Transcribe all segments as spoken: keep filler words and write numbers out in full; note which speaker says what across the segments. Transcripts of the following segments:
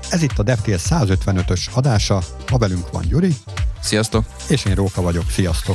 Speaker 1: Ez itt a DevTales százötvenötös adása, ma velünk van Gyuri.
Speaker 2: Sziasztok!
Speaker 1: És én Róka vagyok, sziasztok!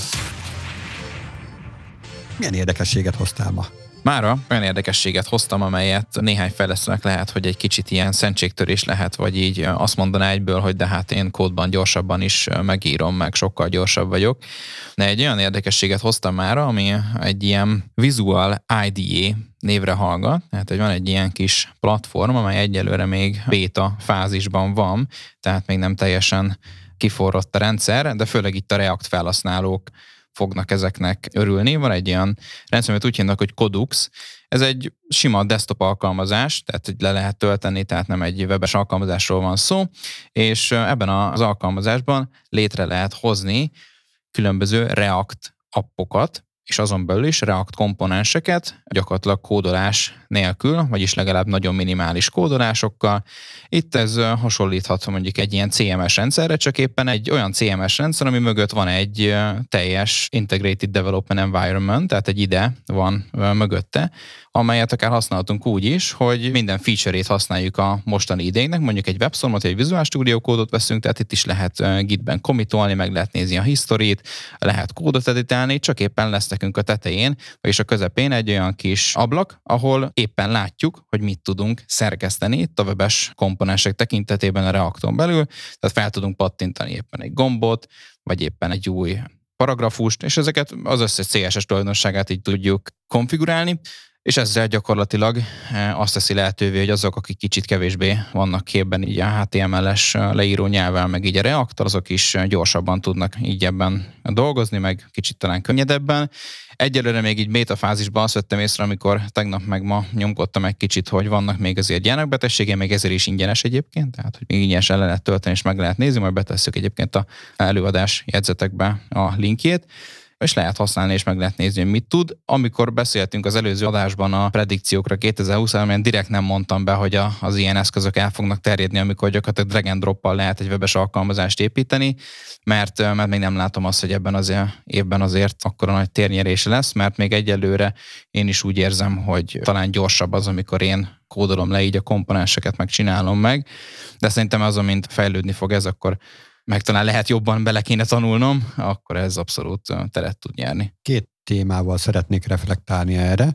Speaker 1: Milyen érdekességet hoztál ma?
Speaker 2: Mára olyan érdekességet hoztam, amelyet néhány fejlesztőnek lehet, hogy egy kicsit ilyen szentségtörés lehet, vagy így azt mondaná egyből, hogy de hát én kódban gyorsabban is megírom, meg sokkal gyorsabb vagyok. De egy olyan érdekességet hoztam mára, ami egy ilyen Visual I D E névre hallgat, tehát van egy ilyen kis platform, amely egyelőre még beta fázisban van, tehát még nem teljesen kiforrott a rendszer, de főleg itt a React felhasználók fognak ezeknek örülni. Van egy ilyen rendszer, amit úgy hívnak, hogy Codux. Ez egy sima desktop alkalmazás, tehát hogy le lehet tölteni, tehát nem egy webes alkalmazásról van szó, és ebben az alkalmazásban létre lehet hozni különböző React appokat, és azon belül is React komponenseket, gyakorlatilag kódolás nélkül, vagyis legalább nagyon minimális kódolásokkal. Itt ez hasonlíthat mondjuk egy ilyen C M S rendszerre, csak éppen egy olyan C M S rendszer, ami mögött van egy teljes Integrated Development Environment, tehát egy I D E van mögötte, amelyet akár használhatunk úgy is, hogy minden feature-ét használjuk a mostani idénknek, mondjuk egy WebStormot, egy Visual Studio kódot veszünk, tehát itt is lehet Gitben commitolni, meg lehet nézni a historit, lehet kódot editálni, csak éppen lesz nekünk a tetején, vagyis a közepén egy olyan kis ablak, ahol éppen látjuk, hogy mit tudunk szerkeszteni itt a webes komponensek tekintetében a Reacton belül, tehát fel tudunk pattintani éppen egy gombot, vagy éppen egy új paragrafust, és ezeket az összes C S S tulajdonságát így tudjuk konfigurálni, és ezzel gyakorlatilag azt teszi lehetővé, hogy azok, akik kicsit kevésbé vannak képben így a H T M L-es leíró nyelvvel, meg így a React, azok is gyorsabban tudnak így ebben dolgozni, meg kicsit talán könnyedebben. Egyelőre még így beta fázisban azt vettem észre, amikor tegnap meg ma nyomkodtam egy kicsit, hogy vannak még azért gyárakbetegségei, még ezért is ingyenes egyébként, tehát hogy még ingyenesen le lehet tölteni, és meg lehet nézni, majd betesszük egyébként a előadás jegyzetekbe a linkjét, és lehet használni, és meg lehet nézni, hogy mit tud. Amikor beszéltünk az előző adásban a predikciókra kétezer-húszban, én direkt nem mondtam be, hogy a, az ilyen eszközök el fognak terjedni, amikor gyakorlatilag drag and droppal lehet egy webes alkalmazást építeni, mert, mert még nem látom azt, hogy ebben az évben azért akkora nagy térnyerés lesz, mert még egyelőre én is úgy érzem, hogy talán gyorsabb az, amikor én kódolom le így a komponenseket, meg csinálom meg, de szerintem az, amint fejlődni fog ez, akkor meg talán lehet jobban bele kéne tanulnom, akkor ez abszolút teret tud nyerni.
Speaker 1: Két témával szeretnék reflektálni erre.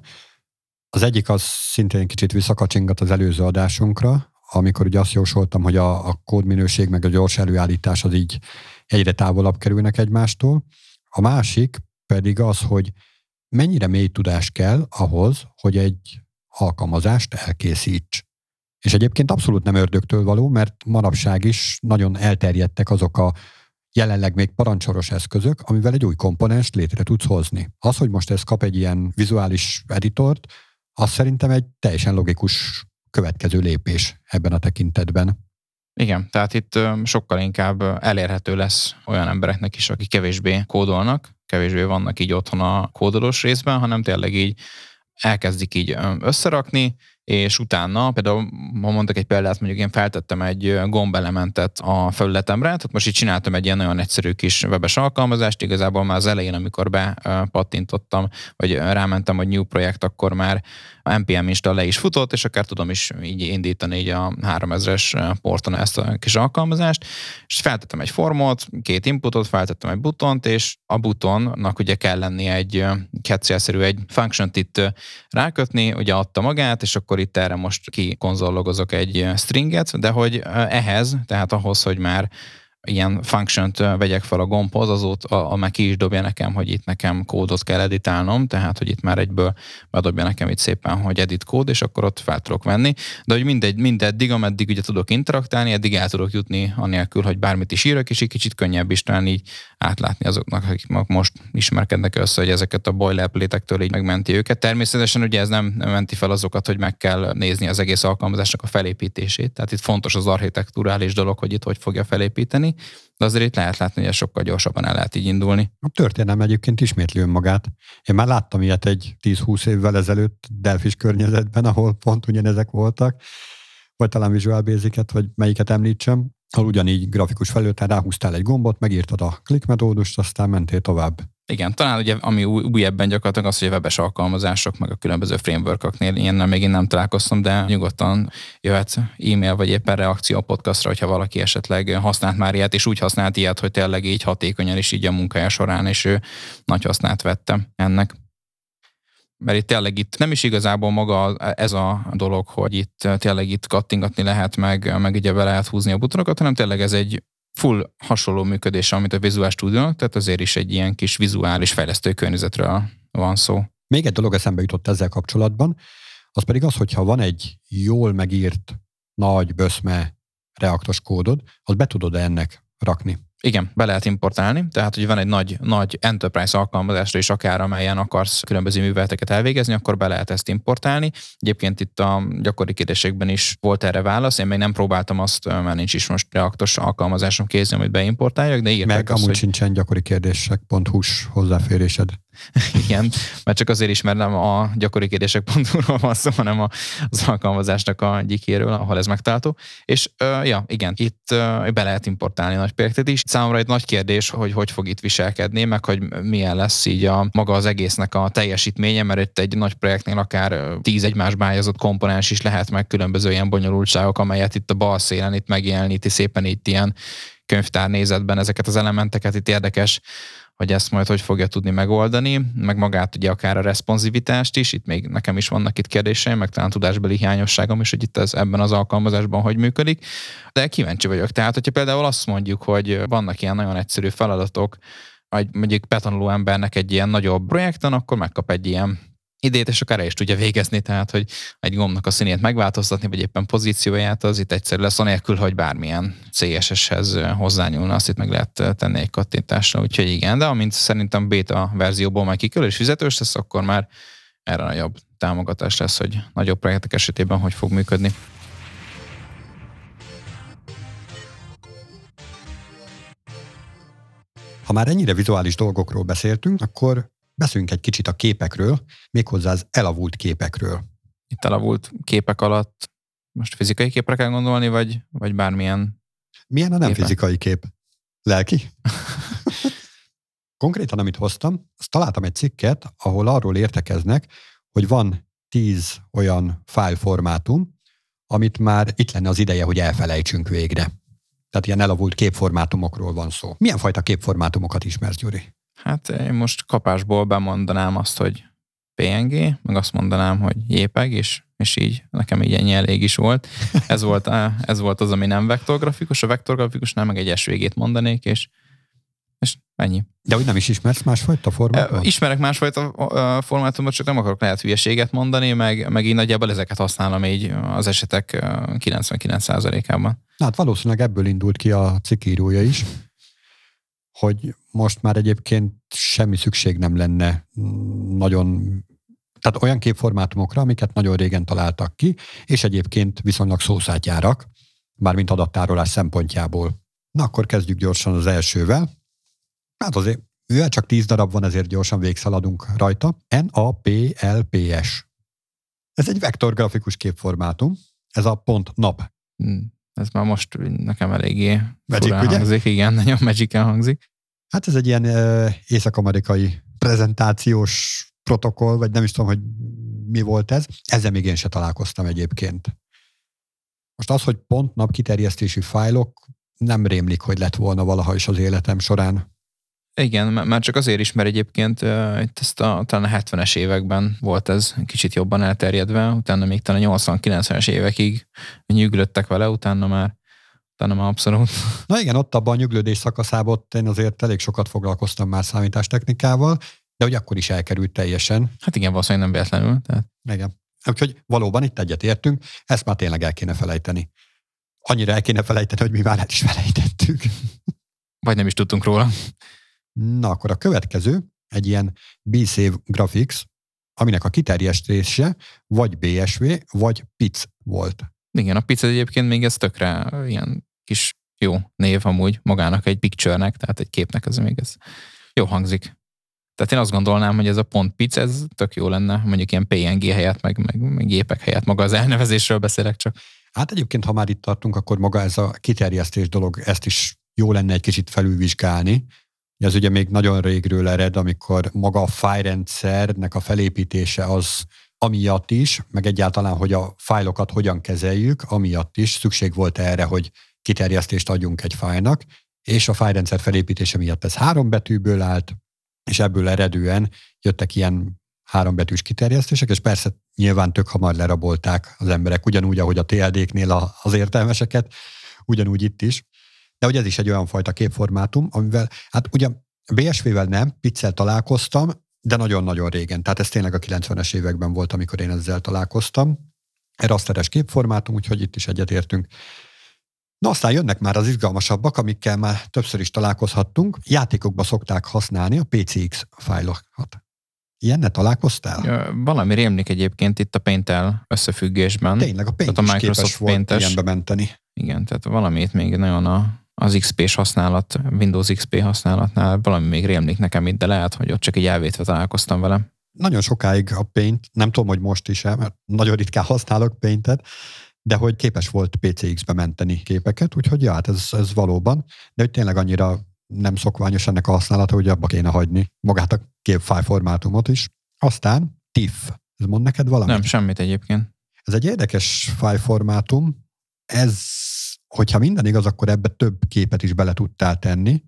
Speaker 1: Az egyik az szintén kicsit visszakacsingat az előző adásunkra, amikor ugye azt jósoltam, hogy a, a kódminőség meg a gyors előállítás az így egyre távolabb kerülnek egymástól. A másik pedig az, hogy mennyire mély tudás kell ahhoz, hogy egy alkalmazást elkészíts. És egyébként abszolút nem ördögtől való, mert manapság is nagyon elterjedtek azok a jelenleg még parancsoros eszközök, amivel egy új komponenst létre tudsz hozni. Az, hogy most ez kap egy ilyen vizuális editort, az szerintem egy teljesen logikus következő lépés ebben a tekintetben.
Speaker 2: Igen, tehát itt sokkal inkább elérhető lesz olyan embereknek is, akik kevésbé kódolnak, kevésbé vannak így otthon a kódolós részben, hanem tényleg így elkezdik így összerakni, és utána, például, ha mondok egy példát, mondjuk én feltettem egy gombelementet a felületemre, tehát most így csináltam egy ilyen nagyon egyszerű kis webes alkalmazást, igazából már az elején, amikor bepattintottam, vagy rámentem, hogy new projekt, akkor már a npm install le is futott, és akár tudom is így indítani így a háromezres porton ezt a kis alkalmazást, és feltettem egy formot, két inputot, feltettem egy butont, és a butonnak ugye kell lenni egy cat-szerű egy function-t itt rákötni, ugye adta magát, és akkor itt erre most kikonzollogozok egy stringet, de hogy ehhez, tehát ahhoz, hogy már ilyen function-t vegyek fel a gombhoz, azóta a, a ki is dobja nekem, hogy itt nekem kódot kell editálnom, tehát hogy itt már egyből bedobja nekem itt szépen, hogy edit kód, és akkor ott fel tudok venni. De hogy mindegy, mindeddig, ameddig ugye tudok interaktálni, eddig el tudok jutni anélkül, hogy bármit is írok, és egy kicsit könnyebb is talán így átlátni azoknak, akik most ismerkednek össze, hogy ezeket a boilerplate-ektől így megmenti őket. Természetesen ugye ez nem menti fel azokat, hogy meg kell nézni az egész alkalmazásnak a felépítését. Tehát itt fontos az architekturális dolog, hogy itt hogy fogja felépíteni, de azért itt lehet látni, hogy ez sokkal gyorsabban el lehet így indulni.
Speaker 1: A történelem egyébként ismétli önmagát. Én már láttam ilyet egy tíz-húsz évvel ezelőtt Delphis környezetben, ahol pont ugyanezek voltak, vagy talán Visual Basic-et, vagy melyiket említsem, ahol ugyanígy grafikus felületen ráhúztál egy gombot, megírtad a click metódust, aztán mentél tovább.
Speaker 2: Igen, talán ugye ami új, újebben gyakorlatilag az, hogy a webes alkalmazások, meg a különböző frameworkoknél ilyennel még én nem találkoztam, de nyugodtan jöhet e-mail, vagy éppen reakció a podcastra, hogyha valaki esetleg használt már ilyet, és úgy használt ilyet, hogy tényleg így hatékonyan is így a munkája során, és ő nagy hasznát vette ennek. Mert itt tényleg itt nem is igazából maga ez a dolog, hogy itt tényleg itt kattingatni lehet, meg, meg ugye be lehet húzni a butonokat, hanem tényleg ez egy full hasonló működés, amit a Visual Studio-nak, tehát azért is egy ilyen kis vizuális fejlesztő környezetről van szó.
Speaker 1: Még egy dolog eszembe jutott ezzel kapcsolatban, az pedig az, hogyha van egy jól megírt, nagy, böszme reaktos kódod, az be tudod ennek rakni.
Speaker 2: Igen, be lehet importálni, tehát hogy van egy nagy, nagy enterprise alkalmazásra is akár, amelyen akarsz különböző műveleteket elvégezni, akkor be lehet ezt importálni. Egyébként itt a gyakori kérdésekben is volt erre válasz, én még nem próbáltam azt, mert nincs is most reaktos alkalmazásom kézzel, amit beimportáljak, de írták
Speaker 1: meg
Speaker 2: azt,
Speaker 1: amúgy
Speaker 2: hogy...
Speaker 1: sincsen gyakori kérdések pont hús hozzáférésed.
Speaker 2: Igen, mert csak azért is, mert nem a gyakori kérdések pontról van szó, hanem az alkalmazásnak a gyikéről, ahol ez megtalálható. És uh, ja, igen, itt uh, be lehet importálni nagy projektet is. Számomra egy nagy kérdés, hogy hogy fog itt viselkedni, meg hogy milyen lesz így a maga az egésznek a teljesítménye, mert itt egy nagy projektnél akár tíz egymásba ágyazott komponens is lehet, meg különböző ilyen bonyolultságok, amelyet itt a bal szélen itt megjeleníti szépen itt ilyen könyvtárnézetben ezeket az elementeket, itt érdekes, hogy ezt majd hogy fogja tudni megoldani, meg magát ugye akár a responsivitást is, itt még nekem is vannak itt kérdéseim, meg talán tudásbeli hiányosságom is, hogy itt ez ebben az alkalmazásban hogy működik, de kíváncsi vagyok. Tehát, hogyha például azt mondjuk, hogy vannak ilyen nagyon egyszerű feladatok, hogy mondjuk betanuló embernek egy ilyen nagyobb projekten, akkor megkap egy ilyen idét, és akár el is tudja végezni, tehát, hogy egy gombnak a színét megváltoztatni, vagy éppen pozícióját, az itt egyszerű lesz, anélkül, hogy bármilyen cé es es-hez hozzányúlna, azt itt meg lehet tenni egy kattintásra, úgyhogy igen, de amint szerintem beta verzióból majd kikerül és fizetős lesz, akkor már erre nagyobb támogatás lesz, hogy nagyobb projektek esetében hogy fog működni.
Speaker 1: Ha már ennyire vizuális dolgokról beszéltünk, akkor beszéljünk egy kicsit a képekről, méghozzá az elavult képekről.
Speaker 2: Itt elavult képek alatt most fizikai képre kell gondolni, vagy, vagy bármilyen
Speaker 1: Milyen a nem
Speaker 2: képe?
Speaker 1: fizikai kép? Lelki? Konkrétan, amit hoztam, azt találtam egy cikket, ahol arról értekeznek, hogy van tíz olyan fájlformátum, amit már itt lenne az ideje, hogy elfelejtsünk végre. Tehát ilyen elavult képformátumokról van szó. Milyen fajta képformátumokat ismersz, Gyuri?
Speaker 2: Hát én most kapásból bemondanám azt, hogy pé en gé, meg azt mondanám, hogy jépeg, és, és így nekem így ennyi elég is volt. Ez volt, ez volt az, ami nem vektorgrafikus, a vektorgrafikusnál meg egy es vé gét mondanék, és, és ennyi.
Speaker 1: De úgy nem is ismersz másfajta formátumot?
Speaker 2: Ismerek másfajta formátumot, csak nem akarok lehet hülyeséget mondani, meg, meg így nagyjából ezeket használom így az esetek kilencvenkilenc százalékában.
Speaker 1: Na, hát valószínűleg ebből indult ki a cikkírója is, hogy most már egyébként semmi szükség nem lenne nagyon, tehát olyan képformátumokra, amiket nagyon régen találtak ki, és egyébként viszonylag szószátjárak, mármint adattárolás szempontjából. Na, akkor kezdjük gyorsan az elsővel. Hát azért, mivel csak tíz darab van, ezért gyorsan végszaladunk rajta. en á pé el pé es. Ez egy vektorgrafikus képformátum. Ez a pont nap.
Speaker 2: Hmm. Ez már most nekem eléggé
Speaker 1: Magic,
Speaker 2: furán
Speaker 1: ugye?
Speaker 2: hangzik, igen, nagyon magic-en hangzik.
Speaker 1: Hát ez egy ilyen uh, észak-amerikai prezentációs protokoll, vagy nem is tudom, hogy mi volt ez. Ezzel még én se találkoztam egyébként. Most az, hogy pont nap kiterjesztésű fájlok, nem rémlik, hogy lett volna valaha is az életem során.
Speaker 2: Igen, már csak azért is, mert egyébként uh, itt ezt a, talán a hetvenes években volt ez kicsit jobban elterjedve, utána még talán a nyolcvan-kilencvenes évekig nyűglöttek vele, utána már, utána már abszolút.
Speaker 1: Na igen, ott abban a nyüglődés szakaszában én azért elég sokat foglalkoztam már számítástechnikával, de hogy akkor is elkerült teljesen.
Speaker 2: Hát igen, valószínűleg nem véletlenül. Tehát...
Speaker 1: Igen. Úgyhogy valóban itt egyet értünk, ezt már tényleg el kéne felejteni. Annyira el kéne felejteni, hogy mi már el is felejtettük.
Speaker 2: Vagy nem is tudtunk róla.
Speaker 1: Na, akkor a következő, egy ilyen B-Save Graphics, aminek a kiterjesztése vagy bé es vé, vagy pic volt.
Speaker 2: Igen, a pic egyébként még ez tökre ilyen kis jó név amúgy magának egy picture-nek, tehát egy képnek ez még ez jó hangzik. Tehát én azt gondolnám, hogy ez a pont pic, ez tök jó lenne, mondjuk ilyen pé en gé helyett, meg, meg, meg gépek helyett, maga az elnevezésről beszélek csak.
Speaker 1: Hát egyébként, ha már itt tartunk, akkor maga ez a kiterjesztés dolog, ezt is jó lenne egy kicsit felülvizsgálni, Ez ugye még nagyon régről ered, amikor maga a fájlrendszernek a felépítése az amiatt is, meg egyáltalán, hogy a fájlokat hogyan kezeljük, amiatt is szükség volt erre, hogy kiterjesztést adjunk egy fájlnak, és a fájlrendszer felépítése miatt ez három betűből állt, és ebből eredően jöttek ilyen hárombetűs kiterjesztések, és persze nyilván tök hamar lerabolták az emberek, ugyanúgy, ahogy a té el dé-knél az értelmeseket, ugyanúgy itt is. De hogy ez is egy olyan fajta képformátum, amivel, hát ugye bé es vé-vel nem, Pixel találkoztam, de nagyon-nagyon régen. Tehát ez tényleg a kilencvenes években volt, amikor én ezzel találkoztam. Rasteres képformátum, úgyhogy itt is egyetértünk. Na aztán jönnek már az izgalmasabbak, amikkel már többször is találkozhattunk. Játékokba szokták használni a pé cé iksz fájlokat. Ilyennel találkoztál?
Speaker 2: Ja, valami rémlik egyébként itt a Paint-tel összefüggésben.
Speaker 1: Tényleg, a Paint is képes volt ilyenbe menteni.
Speaker 2: Igen, tehát valamit még nagyon a, az iksz pés használat, Windows iksz pé használatnál valami még rémlik nekem itt, de lehet, hogy ott csak így elvétve találkoztam vele.
Speaker 1: Nagyon sokáig a Paint, nem tudom, hogy most is-e, mert nagyon ritkán használok Paintet, de hogy képes volt pé cé iksz-be menteni képeket, úgyhogy ja, hát ez, ez valóban, de hogy tényleg annyira nem szokványos ennek a használata, hogy abba kéne hagyni magát a képfájl formátumot is. Aztán tiff. Ez mond neked valamit?
Speaker 2: Nem, semmit egyébként.
Speaker 1: Ez egy érdekes fájlformátum. Ez, hogyha minden igaz, akkor ebbe több képet is bele tudtál tenni,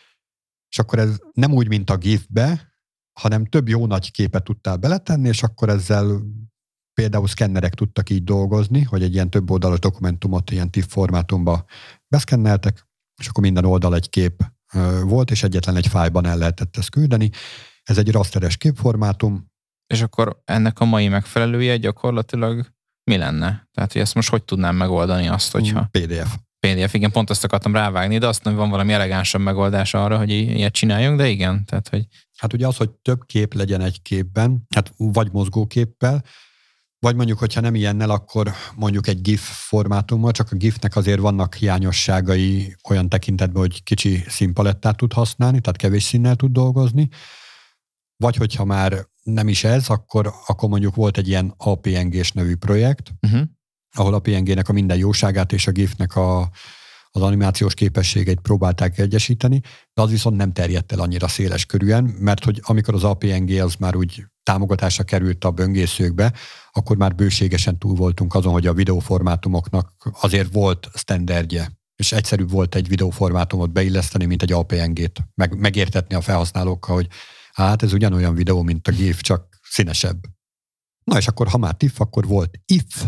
Speaker 1: és akkor ez nem úgy, mint a gifbe, hanem több jó nagy képet tudtál beletenni, és akkor ezzel például szkennerek tudtak így dolgozni, hogy egy ilyen több oldalas dokumentumot ilyen tiff formátumba beszkenneltek, és akkor minden oldal egy kép volt, és egyetlen egy fájlban el lehetett ezt küldeni. Ez egy rasteres képformátum.
Speaker 2: És akkor ennek a mai megfelelője gyakorlatilag mi lenne? Tehát, hogy ezt most hogy tudnám megoldani azt, hogyha...
Speaker 1: pé dé ef.
Speaker 2: pé dé ef, igen, pont azt akartam rávágni, de azt mondom, hogy van valami elegánsabb megoldás arra, hogy ilyet csináljunk, de igen, tehát, hogy...
Speaker 1: Hát ugye az, hogy több kép legyen egy képben, hát vagy mozgóképpel, vagy mondjuk, hogyha nem ilyennel, akkor mondjuk egy GIF formátummal, csak a GIF-nek azért vannak hiányosságai olyan tekintetben, hogy kicsi színpalettát tud használni, tehát kevés színnel tud dolgozni, vagy hogyha már nem is ez, akkor, akkor mondjuk volt egy ilyen á pé en gés nevű projekt, uh-huh. ahol a pé en gének a minden jóságát és a GIF-nek a, az animációs képességeit próbálták egyesíteni, de az viszont nem terjedt el annyira széles körűen, mert hogy amikor az á pé en gé az már úgy támogatásra került a böngészőkbe, akkor már bőségesen túl voltunk azon, hogy a videóformátumoknak azért volt sztenderdje, és egyszerűbb volt egy videóformátumot beilleszteni, mint egy á pé en gét, meg, megértetni a felhasználókkal, hogy hát ez ugyanolyan videó, mint a GIF, csak színesebb. Na és akkor, ha már tiff, akkor volt if,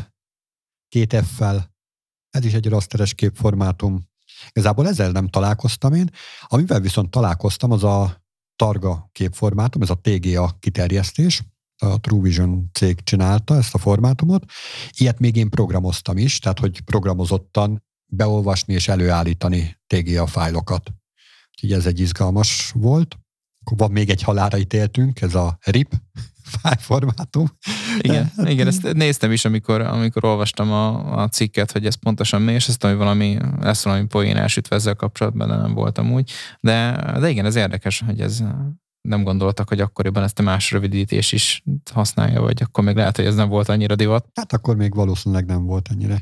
Speaker 1: két F-fel, ez is egy rasteres képformátum. Igazából ezzel nem találkoztam én. Amivel viszont találkoztam, az a targa képformátum, ez a té gé á kiterjesztés. A True Vision cég csinálta ezt a formátumot. Ilyet még én programoztam is, tehát hogy programozottan beolvasni és előállítani té gé á fájlokat. Úgyhogy ez egy izgalmas volt. Van még egy halálra ítéltünk, ez a rip fájlformátum.
Speaker 2: Igen, igen, ezt néztem is, amikor, amikor olvastam a, a cikket, hogy ez pontosan mi, és azt tudom, hogy valami, lesz valami poén elsütve ezzel kapcsolatban, de nem voltam úgy. De, de igen, ez érdekes, hogy ez nem gondoltak, hogy akkoriban ezt a más rövidítés is használja, vagy akkor még lehet, hogy ez nem volt annyira divat.
Speaker 1: Hát akkor még valószínűleg nem volt annyira.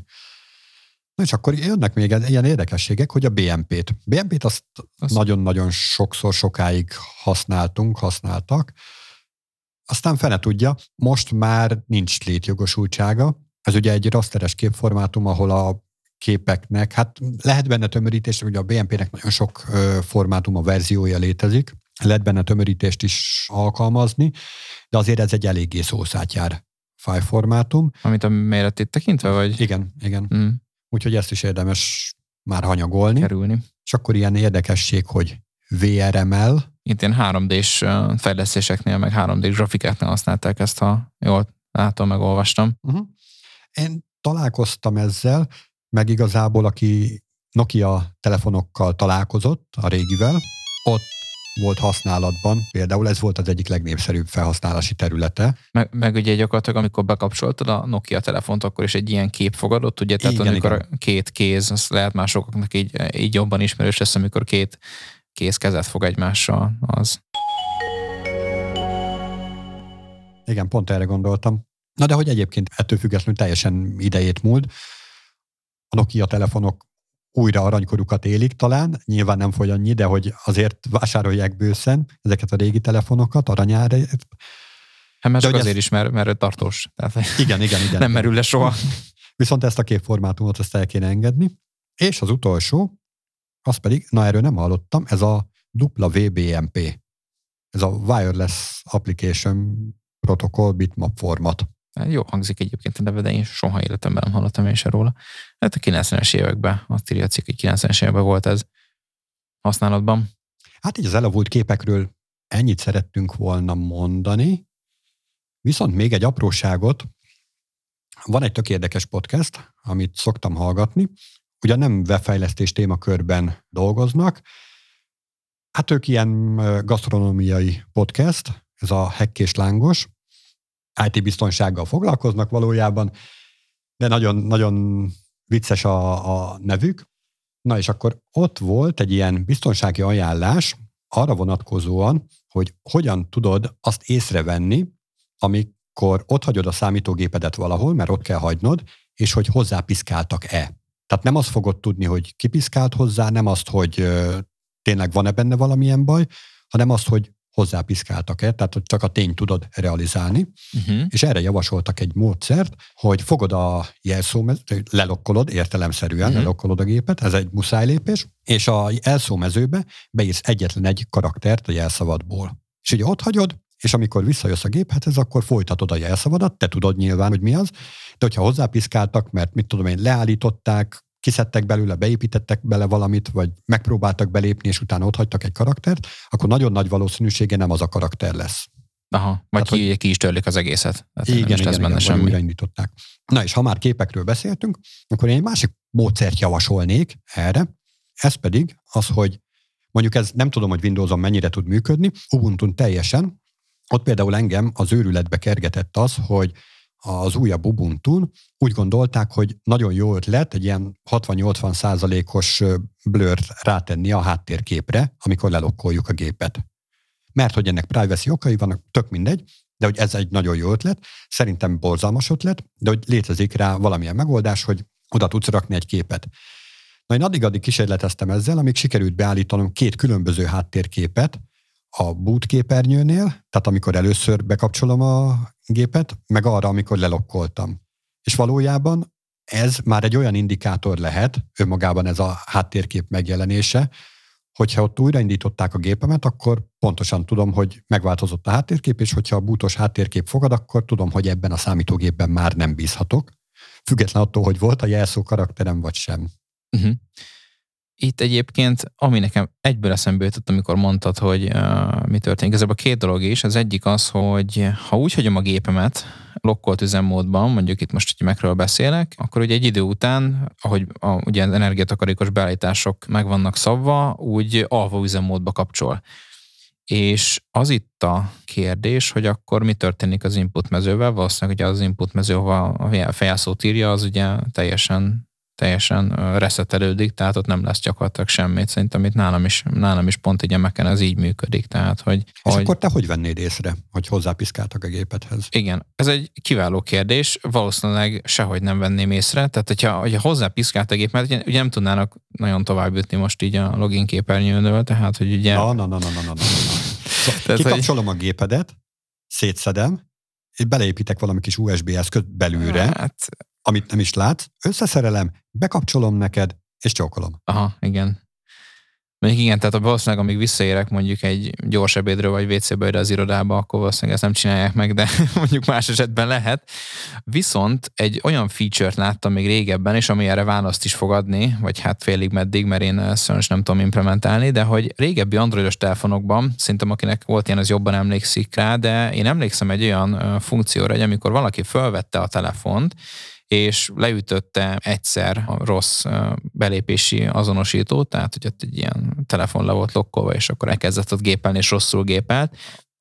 Speaker 1: Na és akkor jönnek még ilyen érdekességek, hogy a bé em pét. bé em pét azt, azt nagyon-nagyon sokszor, sokáig használtunk, használtak. Aztán fene tudja, most már nincs létjogosultsága. Ez ugye egy rasteres képformátum, ahol a képeknek, hát lehet benne tömörítés, ugye a bé em pének nagyon sok formátuma, verziója létezik, lehet benne tömörítést is alkalmazni, de azért ez egy eléggé szószátjár fájlformátum.
Speaker 2: Amit a méretét tekintve, vagy?
Speaker 1: Igen, igen.
Speaker 2: Mm.
Speaker 1: Úgyhogy ezt is érdemes már hanyagolni.
Speaker 2: Kerülni.
Speaker 1: És akkor ilyen érdekesség, hogy vé er em el.
Speaker 2: Itt ilyen három dés fejlesztéseknél, meg három dés grafikáknál használták ezt, ha jól látom, meg olvastam.
Speaker 1: Uh-huh. Én találkoztam ezzel, meg igazából aki Nokia telefonokkal találkozott, a régivel, ott volt használatban, például ez volt az egyik legnépszerűbb felhasználási területe.
Speaker 2: Meg, meg ugye gyakorlatilag, amikor bekapcsoltad a Nokia telefont, akkor is egy ilyen kép fogadott, ugye? Tehát igen, amikor igen. Két kéz, az lehet másoknak így, így jobban ismerős lesz, amikor két kéz kezet fog egymással, az.
Speaker 1: Igen, pont erre gondoltam. Na de hogy egyébként ettől függetlenül teljesen idejét múlt. A Nokia telefonok újra aranykorukat élik talán, nyilván nem fogy annyi, de hogy azért vásárolják bőszen ezeket a régi telefonokat aranyárért.
Speaker 2: Hát mert csak azért ez... is, mert, mert tartós. Tehát
Speaker 1: igen, igen, igen.
Speaker 2: Nem
Speaker 1: igen.
Speaker 2: merül le soha.
Speaker 1: Viszont ezt a két formátumot ezt el kéne engedni. És az utolsó, az pedig, na erről nem hallottam, ez a dupla vé bé em pé. Ez a Wireless Application Protocol Bitmap format.
Speaker 2: Jó hangzik egyébként a neve, de én soha életemben nem hallottam én se róla. Hát a kilencvenes években, azt írja a cikk, hogy kilencvenes években volt ez használatban.
Speaker 1: Hát így az elavult képekről ennyit szerettünk volna mondani. Viszont még egy apróságot, van egy tök érdekes podcast, amit szoktam hallgatni, ugyan nem webfejlesztés témakörben dolgoznak, hát ők ilyen gasztronómiai podcast, ez a Hekk és Lángos, í té biztonsággal foglalkoznak valójában, de nagyon, nagyon vicces a, a nevük. Na és akkor ott volt egy ilyen biztonsági ajánlás arra vonatkozóan, hogy hogyan tudod azt észrevenni, amikor ott hagyod a számítógépedet valahol, mert ott kell hagynod, és hogy hozzápiszkáltak-e. Tehát nem azt fogod tudni, hogy kipiszkált hozzá, nem azt, hogy ö, tényleg van-e benne valamilyen baj, hanem azt, hogy hozzápiszkáltak-e, tehát hogy csak a tényt tudod realizálni. Uh-huh. És erre javasoltak egy módszert, hogy fogod a jelszómezőt, lelokkolod értelemszerűen, uh-huh. lelokkolod a gépet, ez egy muszáj lépés, és a jelszómezőbe beírsz egyetlen egy karaktert a jelszavadból. És ugye ott hagyod, és amikor visszajössz a géphez, akkor folytatod a jelszavadat, te tudod nyilván, hogy mi az, de hogyha hozzápiszkáltak, mert mit tudom én, leállították, kiszedtek belőle, beépítettek bele valamit, vagy megpróbáltak belépni, és utána ott hagytak egy karaktert, akkor nagyon nagy valószínűsége nem az a karakter lesz.
Speaker 2: Aha, vagy Tehát, ki, hogy... ki is törlik az egészet. Tehát
Speaker 1: igen, igen, igen, igen vagy újraindították. Na és ha már képekről beszéltünk, akkor én egy másik módszert javasolnék erre, ez pedig az, hogy mondjuk ez nem tudom, hogy Windowson mennyire tud működni, Ubuntun teljesen, ott például engem az őrületbe kergetett az, hogy az újabb Ubuntun úgy gondolták, hogy nagyon jó ötlet egy ilyen hatvan-nyolcvan százalékos blurt rátenni a háttérképre, amikor lelokkoljuk a gépet. Mert hogy ennek privacy okai vannak, tök mindegy, de hogy ez egy nagyon jó ötlet, szerintem borzalmas ötlet, de hogy létezik rá valamilyen megoldás, hogy oda tudsz rakni egy képet. Na én addig-addig kísérleteztem ezzel, amíg sikerült beállítanom két különböző háttérképet a boot képernyőnél, tehát amikor először bekapcsolom a gépet, meg arra, amikor lelokkoltam. És valójában ez már egy olyan indikátor lehet, önmagában ez a háttérkép megjelenése, hogyha ott újraindították a gépemet, akkor pontosan tudom, hogy megváltozott a háttérkép, és hogyha a bootos háttérkép fogad, akkor tudom, hogy ebben a számítógépben már nem bízhatok, független attól, hogy volt a jelszó karakterem, vagy sem.
Speaker 2: Uh-huh. Itt egyébként, ami nekem egyből eszembe jutott, amikor mondtad, hogy uh, mi történik, ez a két dolog is. Az egyik az, hogy ha úgy hagyom a gépemet lokkolt üzemmódban, mondjuk itt most, hogy Macről beszélek, akkor ugye egy idő után, ahogy a, ugye az energiatakarékos beállítások meg vannak szabva, úgy alvó üzemmódba kapcsol. És az itt a kérdés, hogy akkor mi történik az input mezővel, valószínűleg ugye az input mező, ahol a felszót írja, az ugye teljesen teljesen reszetelődik, tehát ott nem lesz gyakorlatilag semmit. Szerintem itt nálam is, nálam is pont így a Mac-en ez így működik. Tehát, hogy,
Speaker 1: és
Speaker 2: hogy...
Speaker 1: akkor te hogy vennéd észre, hogy hozzápiszkáltak a gépedhez?
Speaker 2: Igen, ez egy kiváló kérdés, valószínűleg sehogy nem venném észre. Tehát, hogyha, hogyha hozzápiszkált a gép, mert ugye, ugye nem tudnának nagyon tovább jutni most így a login képernyőnől, tehát, hogy ugye...
Speaker 1: Na, na, na, na, na, na, na. Szóval kikapcsolom hogy... a gépedet, szétszedem, és beleépítek valami kis u es bé eszközt belülre, hát... amit nem is látsz, összeszerelem, bekapcsolom neked, és csókolom.
Speaker 2: Aha, igen. Mondjuk igen, tehát valószínűleg amíg visszaérek mondjuk egy gyors ebédről, vagy vé cébe ide az irodába, akkor valószínűleg ezt nem csinálják meg, de mondjuk más esetben lehet. Viszont egy olyan feature-t láttam még régebben, és ami erre választ is fog adni, vagy hát félig meddig, mert én ezt nem tudom implementálni, de hogy régebbi androidos telefonokban, szerintem akinek volt ilyen, az jobban emlékszik rá, de én emlékszem egy olyan funkcióra, hogy amikor valaki felvette a telefont, és leütötte egyszer a rossz belépési azonosítót, tehát hogy ott egy ilyen telefon le volt lokkolva, és akkor elkezdett ott gépelni, és rosszul gépelt,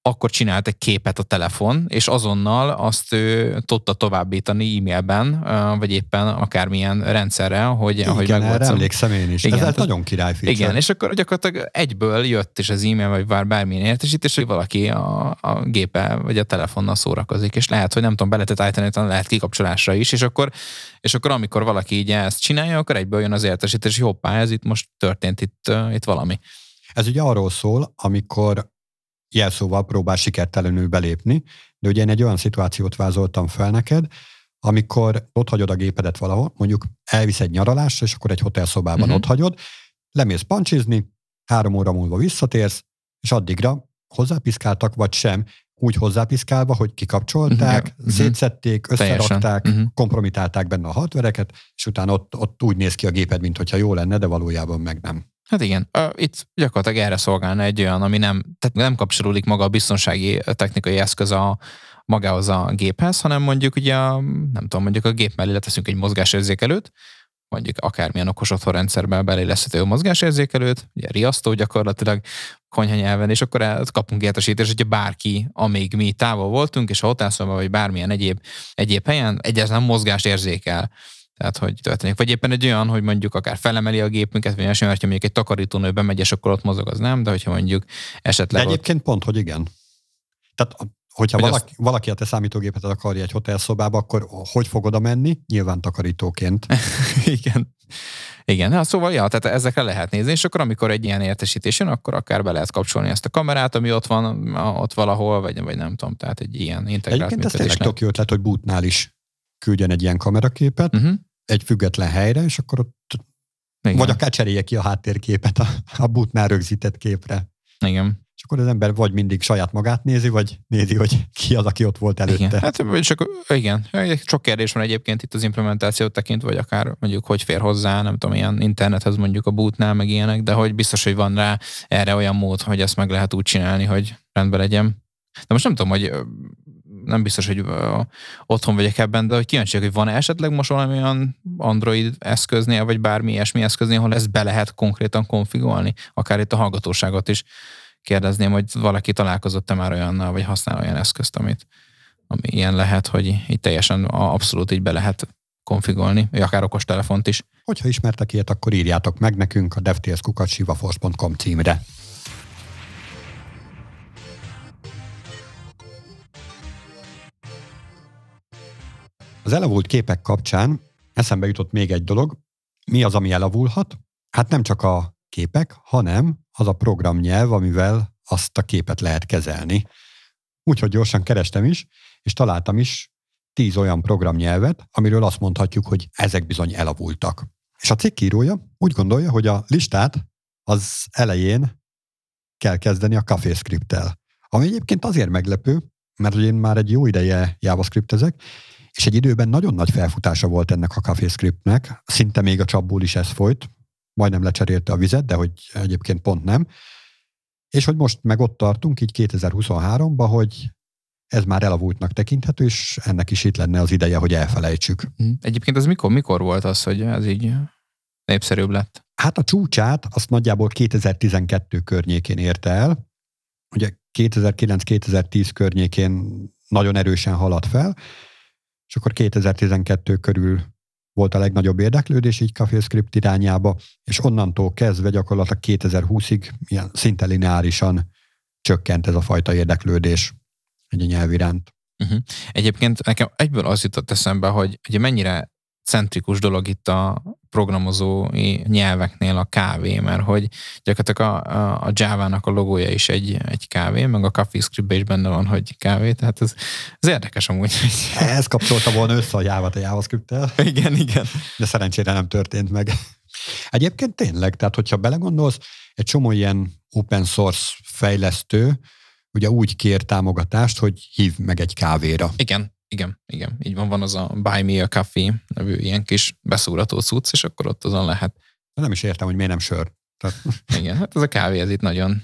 Speaker 2: akkor csinált egy képet a telefon, és azonnal azt ő tudta továbbítani e-mailben, vagy éppen akármilyen rendszerrel, hogy
Speaker 1: igen,
Speaker 2: ahogy
Speaker 1: erre emlékszem én is.
Speaker 2: Igen,
Speaker 1: ez, ez
Speaker 2: tehát,
Speaker 1: nagyon király feature.
Speaker 2: Igen, és akkor gyakorlatilag egyből jött is az e-mail, vagy bár bármilyen értesítés, hogy valaki a, a gépe, vagy a telefonnal szórakozik, és lehet, hogy nem tudom, be lehetett állítani, lehet kikapcsolásra is, és akkor, és akkor amikor valaki így ezt csinálja, akkor egyből jön az értesítés, hogy hoppá, ez itt most történt itt, itt valami.
Speaker 1: Ez ugye arról szól, amikor jelszóval próbál sikertelenül belépni, de ugye én egy olyan szituációt vázoltam fel neked, amikor ott hagyod a gépedet valahol, mondjuk elvisz egy nyaralásra, és akkor egy hotelszobában uh-huh. ott hagyod, lemész pancsizni, három óra múlva visszatérsz, és addigra hozzápiszkáltak, vagy sem, úgy hozzápiszkálva, hogy kikapcsolták, uh-huh. szétszedték, összerakták, uh-huh. kompromitálták benne a hardvereket, és utána ott, ott úgy néz ki a géped, mintha jó lenne, de valójában meg nem.
Speaker 2: Hát igen, itt gyakorlatilag erre szolgálna egy olyan, ami nem, tehát nem kapcsolódik maga a biztonsági technikai eszköz a magához a géphez, hanem mondjuk ugye a, nem tudom, mondjuk a gép mellé leteszünk egy mozgásérzékelőt, mondjuk akármilyen okos otthonrendszerben beléleszhető mozgásérzékelőt, ugye riasztó gyakorlatilag konyhanyelven, és akkor kapunk értesítést, hogyha bárki, amíg mi távol voltunk, és a hotelszobában vagy bármilyen egyéb, egyéb helyen egyáltalán mozgást érzékel. Tehát, hogy történik. Vagy éppen egy olyan, hogy mondjuk akár felemeli a gépünket, vagy olyan, mert mondjuk egy takarítónő bemegy, és akkor ott mozog, az nem, de hogyha mondjuk esetleg...
Speaker 1: De egyébként ott... pont, hogy igen. Tehát, hogyha valaki, azt... valaki a te számítógépet akarja egy hotelszobába, akkor hogy fog oda menni? Nyilván takarítóként.
Speaker 2: igen. Igen, hát szóval, ja, tehát ezekre lehet nézni, és akkor amikor egy ilyen értesítés jön, akkor akár be lehet kapcsolni ezt a kamerát, ami ott van, ott valahol, vagy, vagy nem tudom, tehát egy ilyen integrált
Speaker 1: egyébként ez tényleg tök jó ötlet, hogy bootnál is küldjen egy ilyen kameraképet, uh-huh. egy független helyre, és akkor ott igen. vagy akár cserélje ki a háttérképet a, a bootnál rögzített képre.
Speaker 2: Igen.
Speaker 1: És akkor az ember vagy mindig saját magát nézi, vagy nézi, hogy ki az, aki ott volt előtte.
Speaker 2: Igen, hát, csak, igen. Sok kérdés van egyébként itt az implementációt tekintve, vagy akár mondjuk hogy fér hozzá, nem tudom, ilyen internethez mondjuk a bootnál, meg ilyenek, de hogy biztos, hogy van rá erre olyan mód, hogy ezt meg lehet úgy csinálni, hogy rendben legyen. De most nem tudom, hogy nem biztos, hogy otthon vagyok ebben, de hogy kíváncsiak, hogy van esetleg most valami olyan Android eszköznél, vagy bármi ilyesmi eszköznél, ahol ezt be lehet konkrétan konfigolni, akár itt a hallgatóságot is kérdezném, hogy valaki találkozott-e már olyannal, vagy használ olyan eszközt, amit, ami ilyen lehet, hogy így teljesen abszolút így be lehet konfigolni, vagy akár okos telefont is.
Speaker 1: Hogyha ismertek ilyet, akkor írjátok meg nekünk a devtales kukac sivaforce pont com címre. Az elavult képek kapcsán eszembe jutott még egy dolog. Mi az, ami elavulhat? Hát nem csak a képek, hanem az a programnyelv, amivel azt a képet lehet kezelni. Úgyhogy gyorsan kerestem is, és találtam is tíz olyan programnyelvet, amiről azt mondhatjuk, hogy ezek bizony elavultak. És a cikkírója úgy gondolja, hogy a listát az elején kell kezdeni a CafeScript-tel. Ami egyébként azért meglepő, mert én már egy jó ideje JavaScript-ezek, és egy időben nagyon nagy felfutása volt ennek a CafeScriptnek, szinte még a csapból is ez folyt, majdnem lecserélte a vizet, de hogy egyébként pont nem. És hogy most meg ott tartunk, így kétezer-huszonháromban, hogy ez már elavultnak tekinthető, és ennek is itt lenne az ideje, hogy elfelejtsük.
Speaker 2: Egyébként ez mikor, mikor volt az, hogy ez így népszerűbb lett?
Speaker 1: Hát a csúcsát azt nagyjából kétezer-tizenkettő környékén érte el. Ugye kétezer-kilenc-kétezer-tíz környékén nagyon erősen haladt fel, és akkor kétezer-tizenkettő körül volt a legnagyobb érdeklődés így CafeScript irányába, és onnantól kezdve gyakorlatilag kétezer-húszig ilyen szinte lineárisan csökkent ez a fajta érdeklődés egy nyelv iránt.
Speaker 2: Uh-huh. Egyébként nekem egyből az jutott eszembe, hogy ugye mennyire centrikus dolog itt a programozói nyelveknél a kávé, mert hogy gyakorlatilag a, a, a Java-nak a logója is egy, egy kávé, meg a CafeScript-ben is benne van, hogy kávé, tehát ez, ez érdekes amúgy.
Speaker 1: Ez kapcsolta volna össze a Java-t a JavaScript-tel.
Speaker 2: Igen, igen.
Speaker 1: De szerencsére nem történt meg. Egyébként tényleg, tehát hogyha belegondolsz, egy csomó ilyen open source fejlesztő ugye úgy kér támogatást, hogy hív meg egy kávéra.
Speaker 2: Igen. Igen, igen, így van, van az a Buy Me a Coffee nevű ilyen kis beszúrató cucc, és akkor ott azon lehet.
Speaker 1: Nem is értem, hogy miért nem sör. Tehát...
Speaker 2: Igen, hát ez a kávé, ez itt nagyon...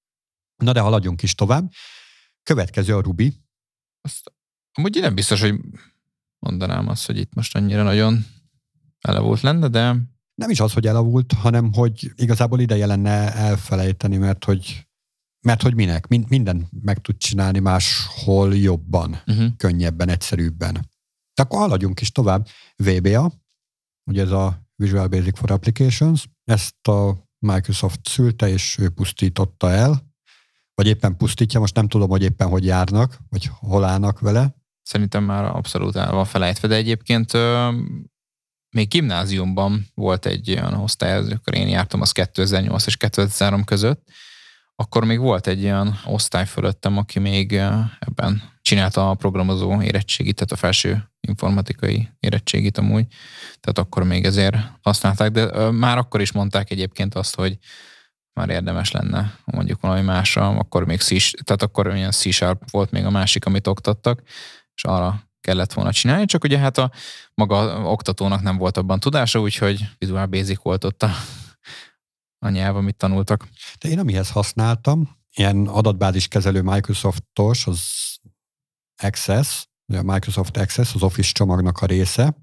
Speaker 1: Na de haladjunk is tovább. Következő a Ruby.
Speaker 2: Azt, amúgy nem biztos, hogy mondanám azt, hogy itt most annyira nagyon elavult lenne, de...
Speaker 1: Nem is az, hogy elavult, hanem hogy igazából ideje lenne elfelejteni, mert hogy mert hogy minek? Mind, mindent meg tud csinálni máshol jobban, uh-huh. könnyebben, egyszerűbben. De akkor haladjunk is tovább. vé bé á, ugye ez a Visual Basic for Applications, ezt a Microsoft szülte, és ő pusztította el, vagy éppen pusztítja, most nem tudom, hogy éppen hogy járnak, vagy hol állnak vele.
Speaker 2: Szerintem már abszolút el van felejtve, de egyébként ö, még gimnáziumban volt egy olyan osztály, amikor én jártam, az kétezer-nyolc és kétezer-három között, akkor még volt egy olyan osztály fölöttem, aki még ebben csinálta a programozó érettségit, tehát a felső informatikai érettségit amúgy, tehát akkor még ezért használták, de már akkor is mondták egyébként azt, hogy már érdemes lenne mondjuk valami másra, akkor még C, tehát akkor olyan C-sharp volt még a másik, amit oktattak, és arra kellett volna csinálni, csak ugye hát a maga oktatónak nem volt abban tudása, úgyhogy Visual Basic volt ott a, a nyelv, amit tanultak.
Speaker 1: De én amihez használtam, ilyen adatbázis kezelő Microsoftos, az Access, a Microsoft Access, az Office csomagnak a része,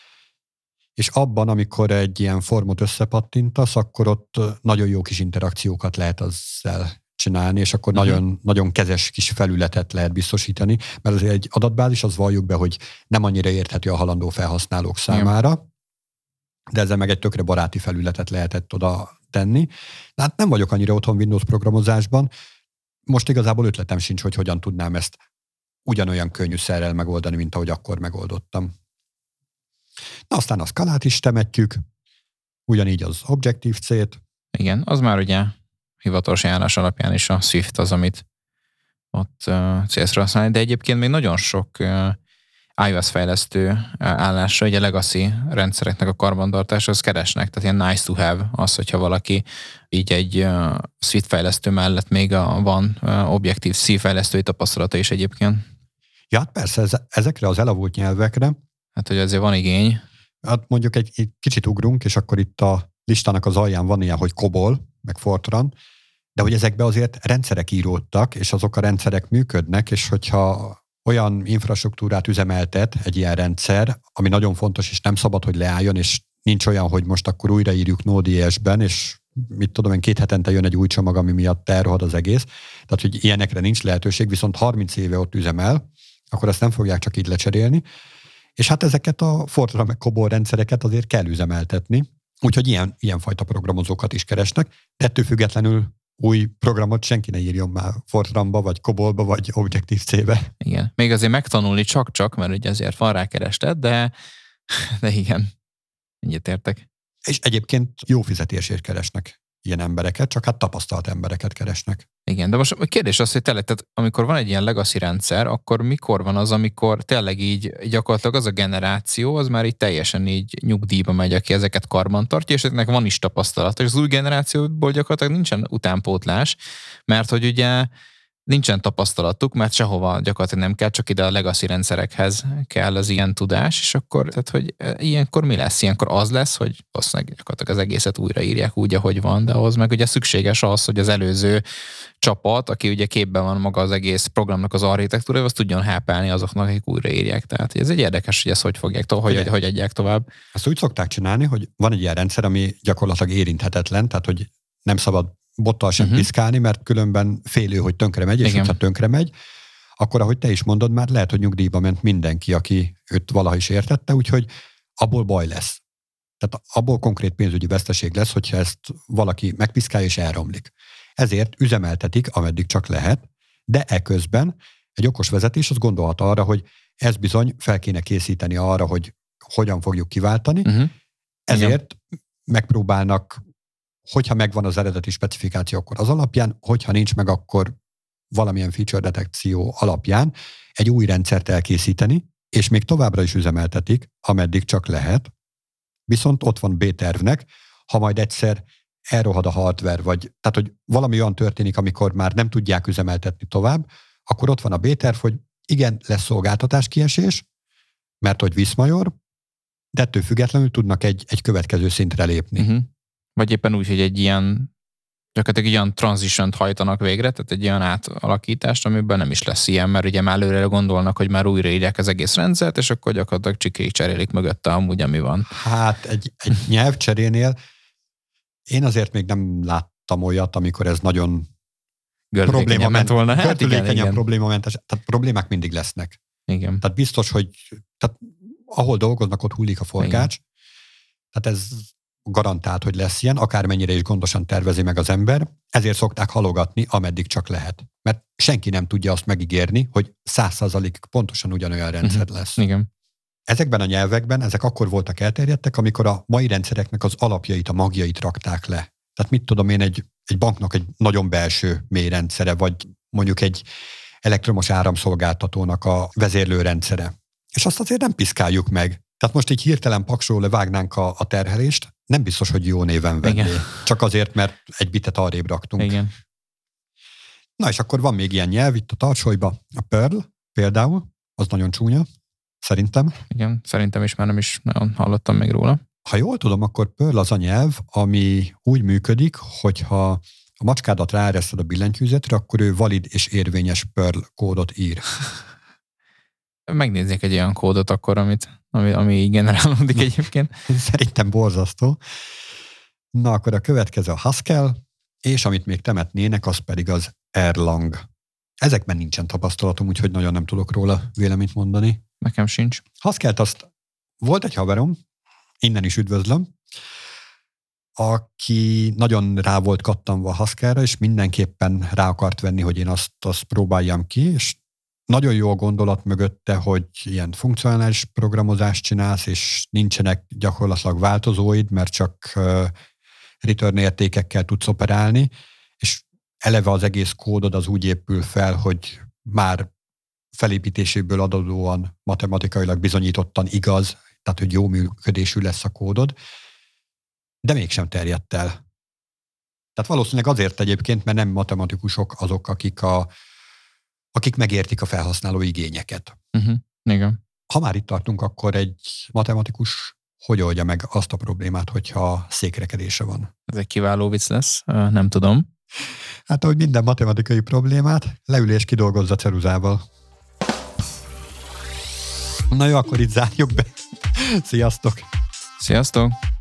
Speaker 1: és abban, amikor egy ilyen formot összepattintasz, akkor ott nagyon jó kis interakciókat lehet azzal csinálni, és akkor uh-huh. nagyon, nagyon kezes kis felületet lehet biztosítani, mert azért egy adatbázis, az valljuk be, hogy nem annyira érthető a halandó felhasználók számára, igen. de ezzel meg egy tökre baráti felületet lehetett oda tenni. De hát nem vagyok annyira otthon Windows programozásban, most igazából ötletem sincs, hogy hogyan tudnám ezt ugyanolyan könnyűszerrel megoldani, mint ahogy akkor megoldottam. Na aztán a Scalát is temetjük, ugyanígy az Objective-C-t.
Speaker 2: Igen, az már ugye hivatalos ajánlás alapján is a Swift az, amit ott uh, célzra használni, de egyébként még nagyon sok uh, iOS fejlesztő állásra, ugye legacy rendszereknek a karbantartása, az keresnek, tehát ilyen nice to have az, hogyha valaki így egy uh, Swift fejlesztő mellett még a, van uh, Objective-C fejlesztői tapasztalata is egyébként.
Speaker 1: Ja, hát persze, ez, ezekre az elavult nyelvekre.
Speaker 2: Hát, hogy azért van igény.
Speaker 1: Hát mondjuk egy, egy kicsit ugrunk, és akkor itt a listának az alján van ilyen, hogy COBOL, meg Fortran, de hogy ezekbe azért rendszerek íródtak, és azok a rendszerek működnek, és hogyha olyan infrastruktúrát üzemeltet egy ilyen rendszer, ami nagyon fontos, és nem szabad, hogy leálljon, és nincs olyan, hogy most akkor újraírjuk Node.js-ben, és mit tudom én, két hetente jön egy új csomag, ami miatt elrohad az egész. Tehát, hogy ilyenekre nincs lehetőség, viszont harminc éve ott üzemel, akkor ezt nem fogják csak így lecserélni. És hát ezeket a Fortran meg COBOL rendszereket azért kell üzemeltetni, úgyhogy ilyen, ilyenfajta programozókat is keresnek, de ettől függetlenül új programot senki ne írjon már Fortranba, vagy COBOLba, vagy Objective-C-be.
Speaker 2: Igen, még azért megtanulni csak-csak, mert ugye azért van rá kerested, de, de igen, egyetértek.
Speaker 1: És egyébként jó fizetésért keresnek ilyen embereket, csak hát tapasztalt embereket keresnek.
Speaker 2: Igen, de most a kérdés az, hogy tényleg, tehát amikor van egy ilyen legacy rendszer, akkor mikor van az, amikor tényleg így gyakorlatilag az a generáció, az már így teljesen így nyugdíjba megy, aki ezeket karban tartja, és ennek van is tapasztalata, és az új generációból gyakorlatilag nincsen utánpótlás, mert hogy ugye nincsen tapasztalatuk, mert sehova gyakorlatilag nem kell, csak ide a legacy rendszerekhez kell az ilyen tudás, és akkor, tehát, hogy ilyenkor mi lesz? Ilyenkor az lesz, hogy valószínűleg gyakorlatilag az egészet újraírják úgy, ahogy van, de ahhoz meg ugye szükséges az, hogy az előző csapat, aki ugye képben van maga az egész programnak az architektúra, az tudjon hápálni azoknak, akik újraírják. Tehát ez egy érdekes, hogy ezt hogy fogják, to- hogy, hogy, hogy adják tovább.
Speaker 1: Ezt úgy szokták csinálni, hogy van egy ilyen rendszer, ami gyakorlatilag érinthetetlen, tehát hogy nem szabad bottal sem uh-huh. piszkálni, mert különben félő, hogy tönkre megy, és hogyha tönkre megy, akkor, ahogy te is mondod, már lehet, hogy nyugdíjba ment mindenki, aki őt valaha is értette, úgyhogy abból baj lesz. Tehát abból konkrét pénzügyi veszteség lesz, hogyha ezt valaki megpiszkálja és elromlik. Ezért üzemeltetik, ameddig csak lehet, de eközben egy okos vezetés az gondolhat arra, hogy ez bizony fel kéne készíteni arra, hogy hogyan fogjuk kiváltani, uh-huh. ezért igen. megpróbálnak, hogyha megvan az eredeti specifikáció, akkor az alapján, hogyha nincs meg, akkor valamilyen feature detekció alapján egy új rendszert elkészíteni, és még továbbra is üzemeltetik, ameddig csak lehet, viszont ott van B-tervnek, ha majd egyszer elrohad a hardware, vagy tehát, hogy valami olyan történik, amikor már nem tudják üzemeltetni tovább, akkor ott van a B-terv, hogy igen, lesz szolgáltatás kiesés, mert hogy viszmajor, de ettől függetlenül tudnak egy, egy következő szintre lépni.
Speaker 2: Uh-huh. Vagy éppen úgy, hogy egy ilyen gyakorlatilag egy olyan transition-t hajtanak végre, tehát egy olyan átalakítást, amiben nem is lesz ilyen, mert ugye már előre gondolnak, hogy már újraírják az egész rendszert, és akkor gyakorlatilag csikéig cserélik mögötte amúgy, ami van.
Speaker 1: Hát egy, egy nyelvcserénél én azért még nem láttam olyat, amikor ez nagyon
Speaker 2: gördülékenyen ment volna. Hát igen, igen.
Speaker 1: Problémamentes, tehát problémák mindig lesznek.
Speaker 2: Igen.
Speaker 1: Tehát biztos, hogy tehát ahol dolgoznak, ott hullik a forgács. Igen. Tehát ez garantált, hogy lesz ilyen, akármennyire is gondosan tervezi meg az ember, ezért szokták halogatni, ameddig csak lehet. Mert senki nem tudja azt megígérni, hogy száz százalékig pontosan ugyanolyan rendszer uh-huh. lesz.
Speaker 2: Igen.
Speaker 1: Ezekben a nyelvekben ezek akkor voltak elterjedtek, amikor a mai rendszereknek az alapjait, a magjait rakták le. Tehát mit tudom én, egy, egy banknak egy nagyon belső mély rendszere, vagy mondjuk egy elektromos áramszolgáltatónak a vezérlőrendszere. És azt azért nem piszkáljuk meg. Tehát most így hirtelen paksról levágnánk a, a terhelést, nem biztos, hogy jó néven venné. Igen. Csak azért, mert egy bitet arrébb raktunk.
Speaker 2: Igen.
Speaker 1: Na és akkor van még ilyen nyelv itt a tarsolyba. A Perl például, az nagyon csúnya, szerintem.
Speaker 2: Igen, szerintem is, már nem is nagyon hallottam még róla.
Speaker 1: Ha jól tudom, akkor Perl az a nyelv, ami úgy működik, hogyha a macskádat ráereszted a billentyűzetre, akkor ő valid és érvényes Perl kódot ír.
Speaker 2: Megnézzék egy olyan kódot akkor, amit, ami, ami így generálódik egyébként.
Speaker 1: Szerintem borzasztó. Na, akkor a következő a Haskell, és amit még temetnének, az pedig az Erlang. Ezekben nincsen tapasztalatom, úgyhogy nagyon nem tudok róla véleményt mondani.
Speaker 2: Nekem sincs.
Speaker 1: Haskellt azt volt egy haverom, innen is üdvözlöm, aki nagyon rá volt kattanva a Haskellre, és mindenképpen rá akart venni, hogy én azt, azt próbáljam ki, és nagyon jó a gondolat mögötte, hogy ilyen funkcionális programozást csinálsz, és nincsenek gyakorlatilag változóid, mert csak uh, return értékekkel tudsz operálni, és eleve az egész kódod az úgy épül fel, hogy már felépítéséből adódóan matematikailag bizonyítottan igaz, tehát hogy jó működésű lesz a kódod, de mégsem terjedt el. Tehát valószínűleg azért egyébként, mert nem matematikusok azok, akik, a, akik megértik a felhasználó igényeket.
Speaker 2: Uh-huh. Igen.
Speaker 1: Ha már itt tartunk, akkor egy matematikus hogy oldja meg azt a problémát, hogyha székrekedése van?
Speaker 2: Ez egy kiváló vicc lesz, nem tudom.
Speaker 1: Hát ahogy minden matematikai problémát, leül és kidolgozza ceruzával. Na jó, akkor itt zárjuk be. Sziasztok!
Speaker 2: Sziasztok!